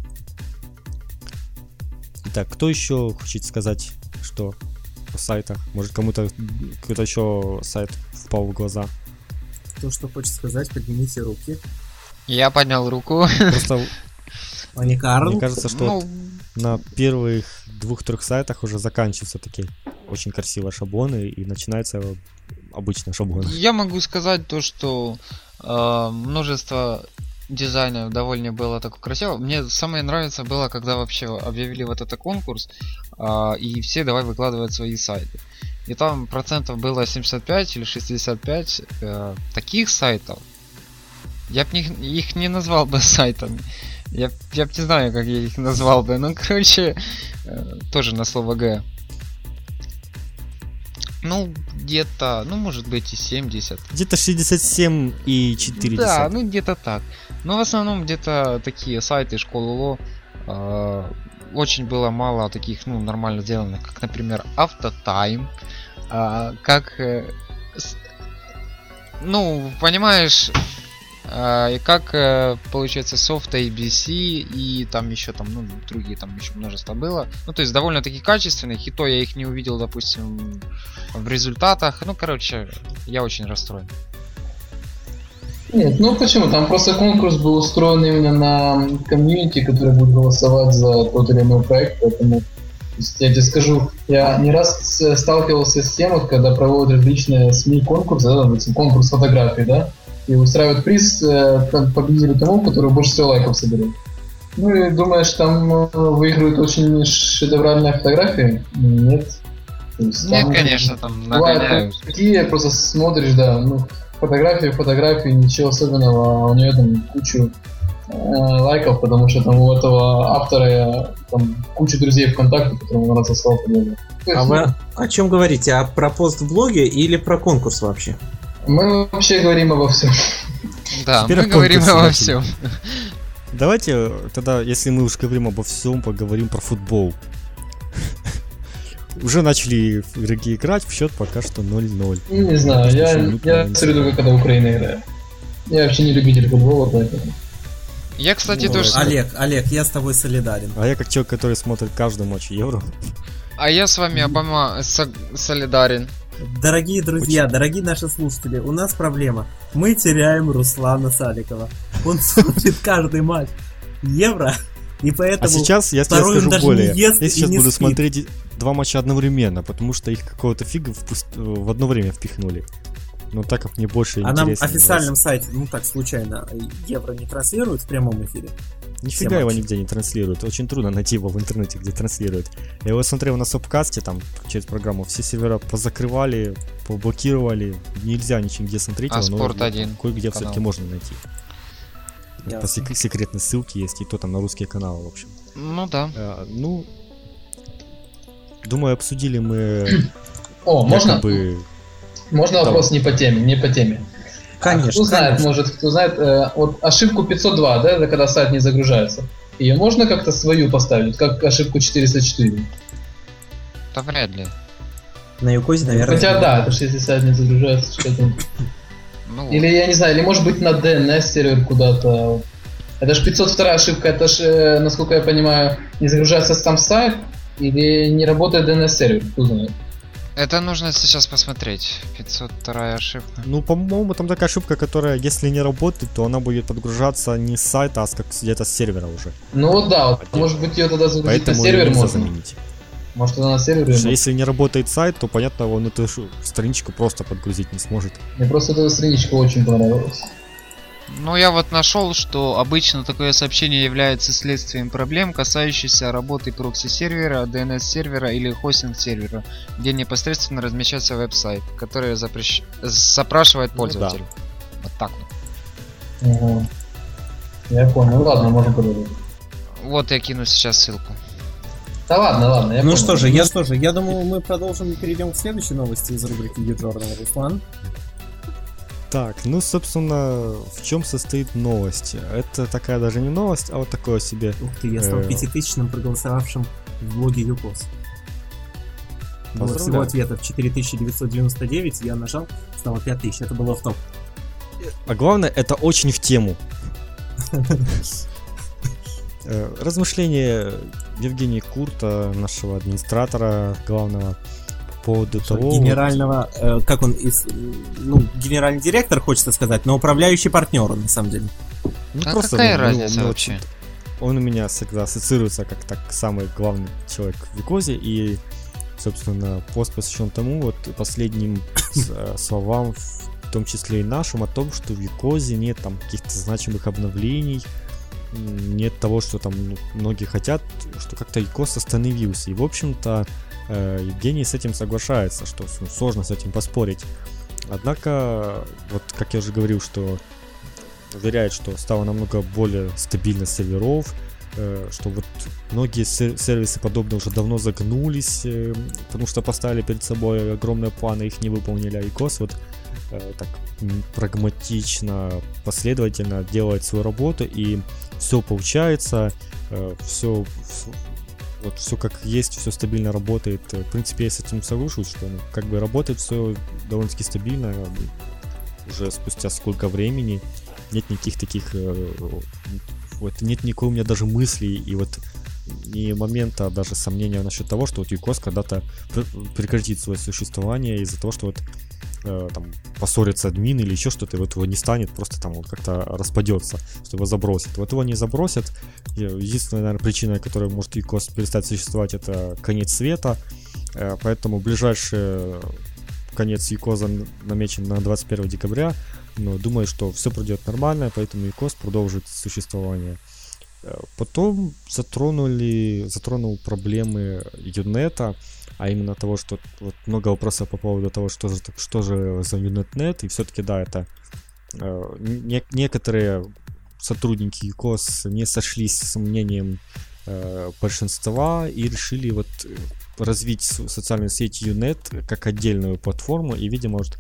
Итак, кто еще хочет сказать, что о сайтах? Может, кому-то какой-то еще сайт впал в глаза? Кто что хочет сказать, поднимите руки. Я поднял руку. Просто мне кажется, что на первых 2-3 сайтах уже заканчиваются такие очень красивые шаблоны и начинается обычный шаблон. Я могу сказать то, что множество дизайнов довольно было так красиво. Мне самое нравится было, когда вообще объявили вот этот конкурс, и все давай выкладывать свои сайты. И там процентов было 75 или 65 таких сайтов. Я бы их не назвал бы сайтами. Я б не знаю, как я их назвал бы. Ну, короче, тоже на слово Г. Ну, где-то, ну, может быть, и 70. Где-то 67,4. Да, ну, где-то так. Но в основном где-то такие сайты школы ЛО. Очень было мало таких, ну, нормально сделанных, как, например, Автотайм. Ну, понимаешь, как получается Soft ABC и там еще там, ну, другие там еще множество было. Ну, то есть довольно-таки качественных, и то я их не увидел, допустим, в результатах. Ну, короче, я очень расстроен. Нет, ну почему? Там просто конкурс был устроен именно на комьюнити, который будет голосовать за тот или иной проект, поэтому я тебе скажу, я не раз сталкивался с тем, когда проводят различные СМИ конкурсы, да, конкурс фотографий, да, и устраивают приз победителю тому, который больше всего лайков соберет. Ну и думаешь, там выигрывают очень шедевральные фотографии? Нет. Нет, конечно, там нагоняют. Такие просто смотришь, да, ну, фотографии, ничего особенного, у нее там кучу лайков, потому что там у этого автора там куча друзей ВКонтакте, которым он разослал подобное. А вы о чем говорите? А про пост в блоге или про конкурс вообще? Мы вообще говорим обо всем. Да, мы говорим обо всем. Давайте тогда, если мы уж говорим обо всем, поговорим про футбол. Уже начали игроки играть, в счет пока что 0-0. Не знаю, я смотрю только когда Украина играет. Я вообще не любитель футбола, поэтому. Я, кстати, тоже... Олег, я с тобой солидарен. А я как человек, который смотрит каждый матч Евро. А я с вами обома солидарен. Дорогие друзья, дорогие наши слушатели, у нас проблема. Мы теряем Руслана Саликова. Он смотрит каждый матч Евро, и поэтому... А сейчас я тебе скажу более. Я сейчас буду смотреть 2 матча одновременно, потому что их какого-то фига в одно время впихнули. Но так как мне больше интересно... А нам официальном сайте, ну так случайно, Евро не транслируют в прямом эфире? Нифига его нигде не транслируют. Очень трудно найти его в интернете, где транслируют. Я его смотрел на Сопкасте, там, через программу. Все сервера позакрывали, поблокировали. Нельзя нигде смотреть его, Спорт 1 кое-где все-таки можно найти. По секретной ссылке есть, и то там на русские каналы, в общем. Ну да. Ну, думаю, обсудили мы... О, можно? Можно вопрос не по теме? Конечно. Кто знает, вот ошибку 502, да, это когда сайт не загружается. Ее можно как-то свою поставить, как ошибку 404? Да вряд ли. На Юкозе, наверное. Хотя да, это же если сайт не загружается, что-то... Или, я не знаю, или может быть на DNS сервер куда-то. Это же 502 ошибка, это же, насколько я понимаю, не загружается сам сайт, или не работает DNS сервер, кто знает. Это нужно сейчас посмотреть. 502 ошибка. Ну, по-моему, там такая ошибка, которая, если не работает, то она будет подгружаться не с сайта, а где-то с сервера уже. Ну вот да, вот, может быть ее тогда загрузить на сервер можно заменить. Может тогда на сервере. Потому что если не работает сайт, то понятно, он эту страничку просто подгрузить не сможет. Мне просто эта страничка очень понравилась. Ну, я вот нашел, что обычно такое сообщение является следствием проблем, касающихся работы прокси-сервера, DNS-сервера или хостинг-сервера, где непосредственно размещается веб-сайт, который запрашивает пользователя. Ну, да. Вот так вот. Угу. Я понял. Ладно, можем поговорить. Вот я кину сейчас ссылку. Да ладно, я Ну понял. что же, я думаю, мы продолжим и перейдем к следующей новости из рубрики YouJournal. Руслан. Так, ну, собственно, в чем состоит новость? Это такая даже не новость, а вот такое себе... Ух ты, я стал 5000-ным проголосовавшим в блоге Юкос. Было всего ответов 4999, я нажал, стало 5000, это было в топ. А главное, это очень в тему. Размышления Евгения Курта, нашего администратора главного, по поводу того... Генерального, как он, генеральный директор, хочется сказать, но управляющий партнер, на самом деле. Ну, а просто, какая разница вообще? Он у меня всегда ассоциируется как так самый главный человек в Викозе, и, собственно, пост посвящен тому, вот последним словам, в том числе и нашим, о том, что в Викозе нет там каких-то значимых обновлений, нет того, что там многие хотят, что как-то Викоз остановился. И, в общем-то, Евгений с этим соглашается, что сложно с этим поспорить. Однако, вот как я уже говорил, что уверяет, что стало намного более стабильно серверов, что вот многие сервисы подобные уже давно загнулись, потому что поставили перед собой огромные планы, их не выполнили, а iOS вот так прагматично, последовательно делает свою работу, и все получается, все как есть, все стабильно работает. В принципе, я с этим соглашусь, что как бы работает все довольно-таки стабильно, уже спустя сколько времени, нет никаких таких, вот нет никакой у меня даже мыслей и вот ни момента даже сомнения насчет того, что вот iOS когда-то прекратит свое существование из-за того, что вот там поссорятся админы или еще что-то, и вот его не станет, просто там вот как-то распадется, что его забросит. Вот его не забросят. Единственная, наверное, причина, которая может iOS перестать существовать, это конец света. Поэтому ближайший конец iOS намечен на 21 декабря. Но думаю, что все пройдет нормально, поэтому iOS продолжит существование. Потом затронул проблемы Unet, а именно того, что вот много вопросов по поводу того, что же за Unet.net, и все-таки да, это некоторые сотрудники iOS не сошлись с мнением большинства и решили вот развить социальную сеть Unet как отдельную платформу, и, видимо, может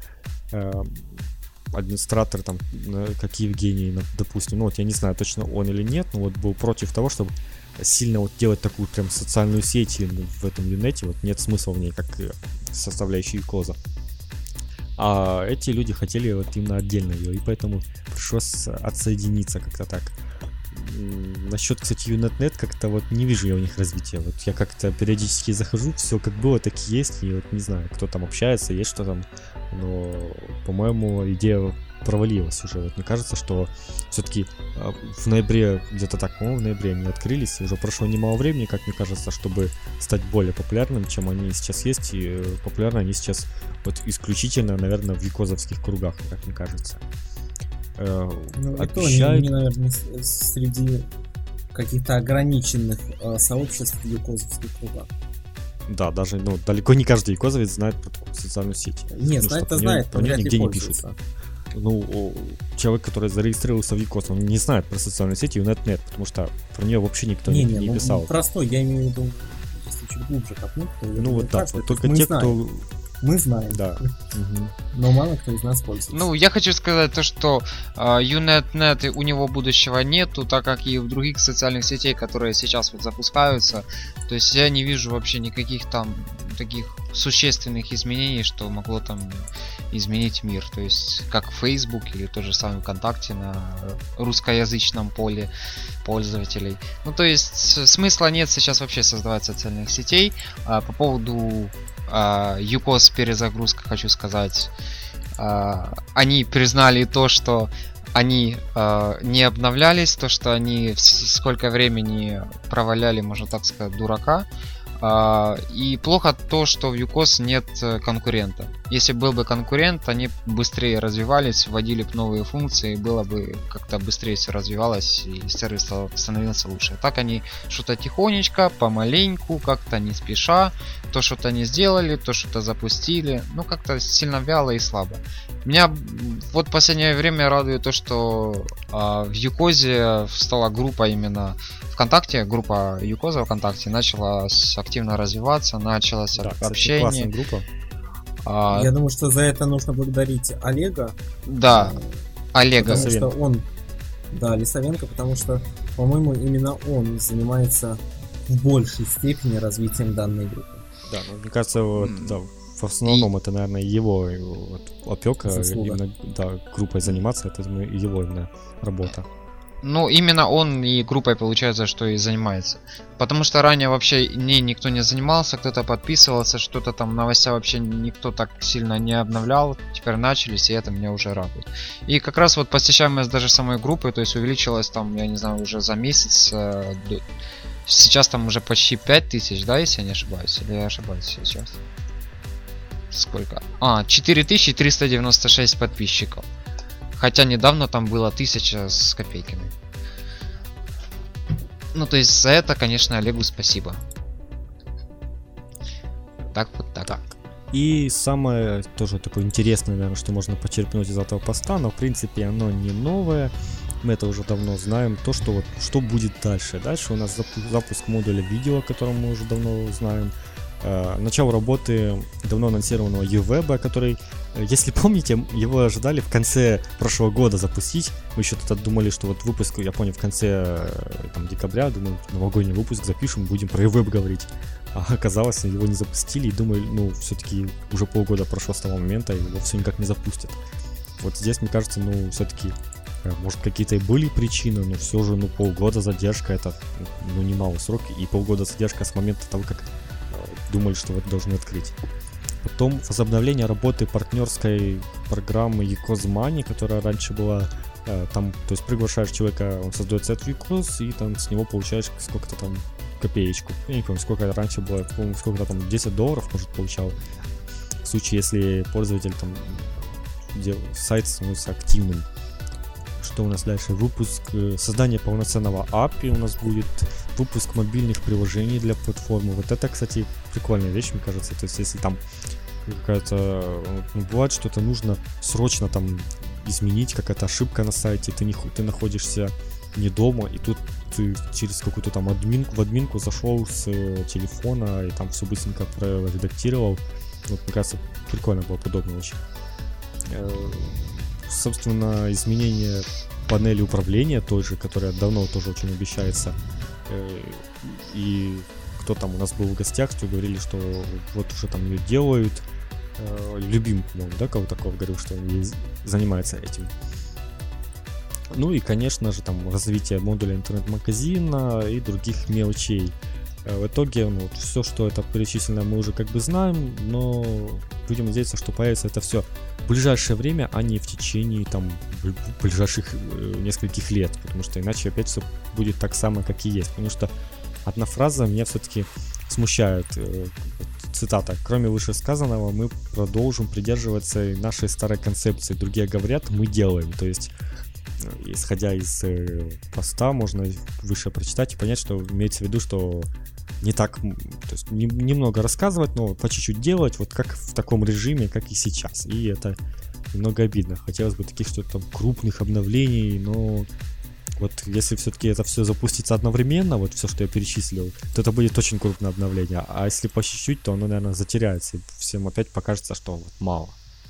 администратор, там, как Евгений, допустим, ну вот я не знаю, точно он или нет, но вот был против того, чтобы сильно вот делать такую прям социальную сеть в этом Unet, вот нет смысла в ней как составляющей iOS. А эти люди хотели вот именно отдельно ее, и поэтому пришлось отсоединиться как-то так. Насчет, кстати, Unet.net как-то вот не вижу я у них развития. Вот я как-то периодически захожу, все как было, так и есть, и вот не знаю, кто там общается, есть что там, но, по-моему, идея провалилась уже. Вот мне кажется, что все-таки в ноябре, где-то так, по-моему, в ноябре они открылись, и уже прошло немало времени, как мне кажется, чтобы стать более популярным, чем они сейчас есть, и популярны они сейчас вот исключительно, наверное, в iOS-овских кругах, как мне кажется. Обещают... не, наверное, среди каких-то ограниченных сообществ в iOS-овских кругах. Да, даже далеко не каждый iOS-овец знает про такую социальную сеть. Нет, знает-то знает, про нее нигде не пишут. Человек, который зарегистрировался в iOS, он не знает про социальную сеть Unet.net, потому что про нее вообще никто не писал. Простой, я имею в виду, если чуть глубже копнуть, то вот так, вот только те, кто... Мы знаем. Да. Но мало кто из нас пользуется. Ну, я хочу сказать то, что Unet.net у него будущего нету, так как и в других социальных сетей, которые сейчас вот запускаются. То есть я не вижу вообще никаких там таких существенных изменений, что могло там изменить мир. То есть как Facebook или тот же самый ВКонтакте на русскоязычном поле пользователей. Ну, то есть смысла нет сейчас вообще создавать социальных сетей. По поводу iOS перезагрузка, хочу сказать, они признали то, что они не обновлялись, то, что они сколько времени проваляли, можно так сказать, дурака. И плохо то, что в iOS нет конкурента. Если был бы конкурент, они быстрее развивались, вводили бы новые функции, было бы как-то быстрее все развивалось, и сервис становился лучше. Так они что-то тихонечко, помаленьку, как-то не спеша, то что-то не сделали, то что-то запустили, ну как-то сильно вяло и слабо. Меня вот в последнее время радует то, что в iOS стала группа именно ВКонтакте, группа iOS ВКонтакте начала активно развиваться, началось общение. Группа. Я думаю, что за это нужно благодарить Олега. Да, Олега. Потому что он, Лисовенко, потому что, по-моему, именно он занимается в большей степени развитием данной группы. Да, мне кажется, в основном это, наверное, его опека, именно группой заниматься, это его именно работа. Ну, именно он и группой, получается, что и занимается. Потому что ранее вообще никто не занимался, кто-то подписывался, что-то там новостя вообще никто так сильно не обновлял. Теперь начались, и это меня уже радует. И как раз вот посещаемость даже самой группы, то есть увеличилась там, я не знаю, уже за месяц. Сейчас там уже почти 5000, да, если я не ошибаюсь? Или я ошибаюсь сейчас? Сколько? 4396 подписчиков. Хотя недавно там было 1000 с копейками. Ну, то есть за это, конечно, Олегу спасибо. Так вот так. И самое тоже такое интересное, наверное, что можно почерпнуть из этого поста, но в принципе оно не новое. мы это уже давно знаем, то, что вот что будет дальше. Дальше у нас запуск модуля видео, о котором мы уже давно знаем. Начало работы давно анонсированного UWeb, который, если помните, его ожидали в конце прошлого года запустить. Мы еще тогда думали, что вот выпуск, я помню, в конце там, декабря, думаю, новогодний выпуск запишем, будем про UWeb говорить. А оказалось, его не запустили, и думаю, ну, все-таки уже полгода прошло с того момента, и его все никак не запустят. Вот здесь, мне кажется, ну, все-таки, может, какие-то и были причины, но все же, ну, полгода задержка, это, ну, немалый срок, и полгода задержка с момента того, как думали, что вот должны открыть. Потом возобновление работы партнерской программы Ucos Money, которая раньше была там, то есть приглашаешь человека, он создает сайт в Ucos, и там с него получаешь сколько-то там копеечку. Я не помню, сколько это раньше было, по-моему, сколько-то там $10, может, получал. В случае, если пользователь там сайт становится активным. Что у нас дальше? Выпуск, создание полноценного API у нас будет, выпуск мобильных приложений для платформы. Вот это, кстати, прикольная вещь, мне кажется. То есть, если там какая-то, ну, бывает, что-то нужно срочно там изменить, какая-то ошибка на сайте, ты находишься не дома, и тут ты через какую-то там в админку зашел с телефона и там все быстренько проредактировал. Вот, мне кажется, прикольно было, подобно очень. Собственно, изменение панели управления той же, которая давно тоже очень обещается. И кто там у нас был в гостях, что говорили, что вот уже там ее делают. Любим, по-моему, да, кого такого говорил, что он занимается этим. Ну и, конечно же, там развитие модуля интернет-магазина и других мелочей. В итоге, ну, все, что это перечислено, мы уже как бы знаем, но будем надеяться, что появится это все в ближайшее время, а не в течение там ближайших нескольких лет, потому что иначе опять все будет так само, как и есть. Потому что одна фраза меня все-таки смущает. Цитата: «Кроме вышесказанного, мы продолжим придерживаться нашей старой концепции. Другие говорят, мы делаем». То есть, исходя из поста, можно выше прочитать и понять, что имеется в виду, что не так, то есть немного рассказывать, но по чуть-чуть делать, вот как в таком режиме, как и сейчас. И это немного обидно. Хотелось бы таких что-то там крупных обновлений, но вот если все-таки это все запустится одновременно, вот все, что я перечислил, то это будет очень крупное обновление. А если по чуть-чуть, то оно, наверное, затеряется, и всем опять покажется, что вот мало.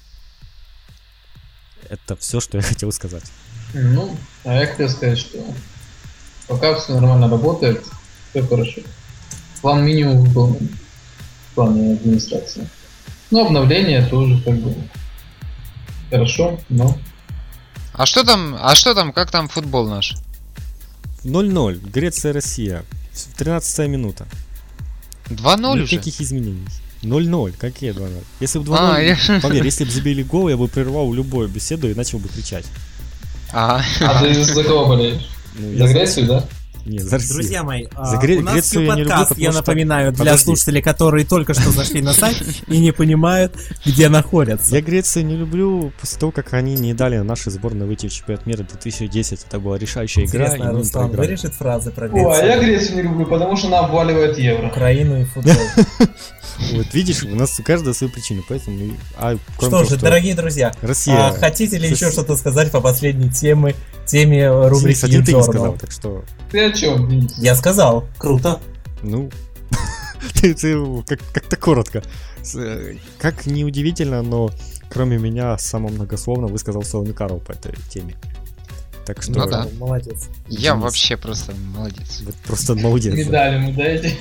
Это все, что я хотел сказать. Ну, а я хотел сказать, что пока все нормально работает, все хорошо. План минимум выполнен в плане администрации. Но обновление тоже как бы хорошо, но... А что там, как там футбол наш? 0-0, Греция-Россия, 13-я минута. 2-0 уже? Никаких изменений. 0-0, какие 2-0? Если бы 2-0, поверь, если бы забили гол, я бы прервал любую беседу и начал бы кричать. А ты за кого болеешь? За Грецию, да? Нет, за Россию. Друзья мои, у нас подкаст, я напоминаю, для слушателей, которые только что зашли на сайт и не понимают, где находятся. Я Грецию не люблю после того, как они не дали нашей сборной выйти в чемпионат мира 2010. Это была решающая игра. Интересно, Руслан вырежет фразы про Грецию? О, а я Грецию не люблю, потому что она обваливает евро. Украину и футбол. Вот видишь, у нас у каждого свои причины, поэтому... Что же, дорогие друзья, Россия... хотите ли еще что-то сказать по последней теме рубрики один ты не сказал, так что... Ты о чем? Я сказал. Круто. Ну, ты как-то коротко. Как неудивительно, но кроме меня самым многословно высказал Соломин Карл по этой теме. Так что... Ну да. Молодец. Я вообще просто молодец. Вот просто молодец. Медали ему дайте.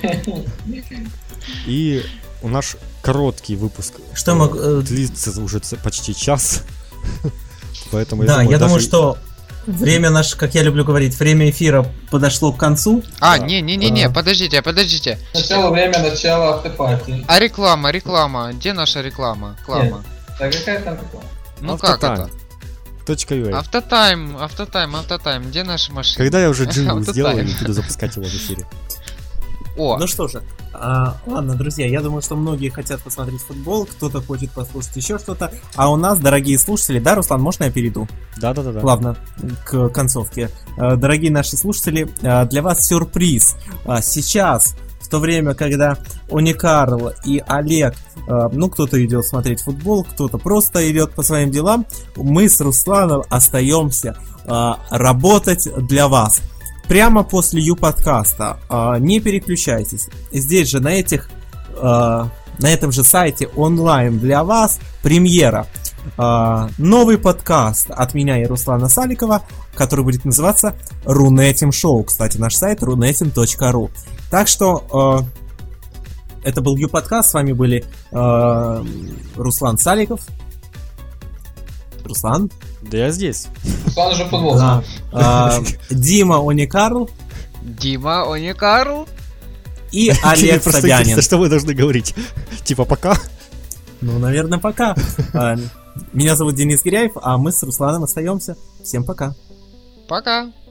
И у нас короткий выпуск. Что могу... Длится уже почти час. Поэтому да, я думаю, что время наше, как я люблю говорить, время эфира подошло к концу. Не, подождите. Начало автопатии. А реклама, где наша реклама? Да какая там реклама? Ну как это? .ua. Автотайм, где наши машины? Когда я уже джингл сделаю и буду запускать его в эфире. Ну что же, ладно, друзья, я думаю, что многие хотят посмотреть футбол, кто-то хочет послушать еще что-то, а у нас, дорогие слушатели, да, Руслан, можно я перейду? Да. Плавно к концовке. Дорогие наши слушатели, для вас сюрприз. Сейчас, в в то время, когда Уникарл и Олег, кто-то идет смотреть футбол, кто-то просто идет по своим делам, мы с Русланом остаемся работать для вас. Прямо после Ю-подкаста. Не переключайтесь. Здесь же, на этом же сайте онлайн для вас премьера. Новый подкаст от меня и Руслана Саликова, который будет называться Рунетим Шоу. Кстати, наш сайт runetim.ru. Так что это был Ю-подкаст. С вами были Руслан Саликов. Руслан? Да я здесь. Руслан уже футбол. Дима Уникарл. Дима Уникарл. И Олег Собянин. Что вы должны говорить? Типа пока? Ну, наверное, пока. Меня зовут Денис Гиряев, а мы с Русланом остаемся. Всем пока. Пока.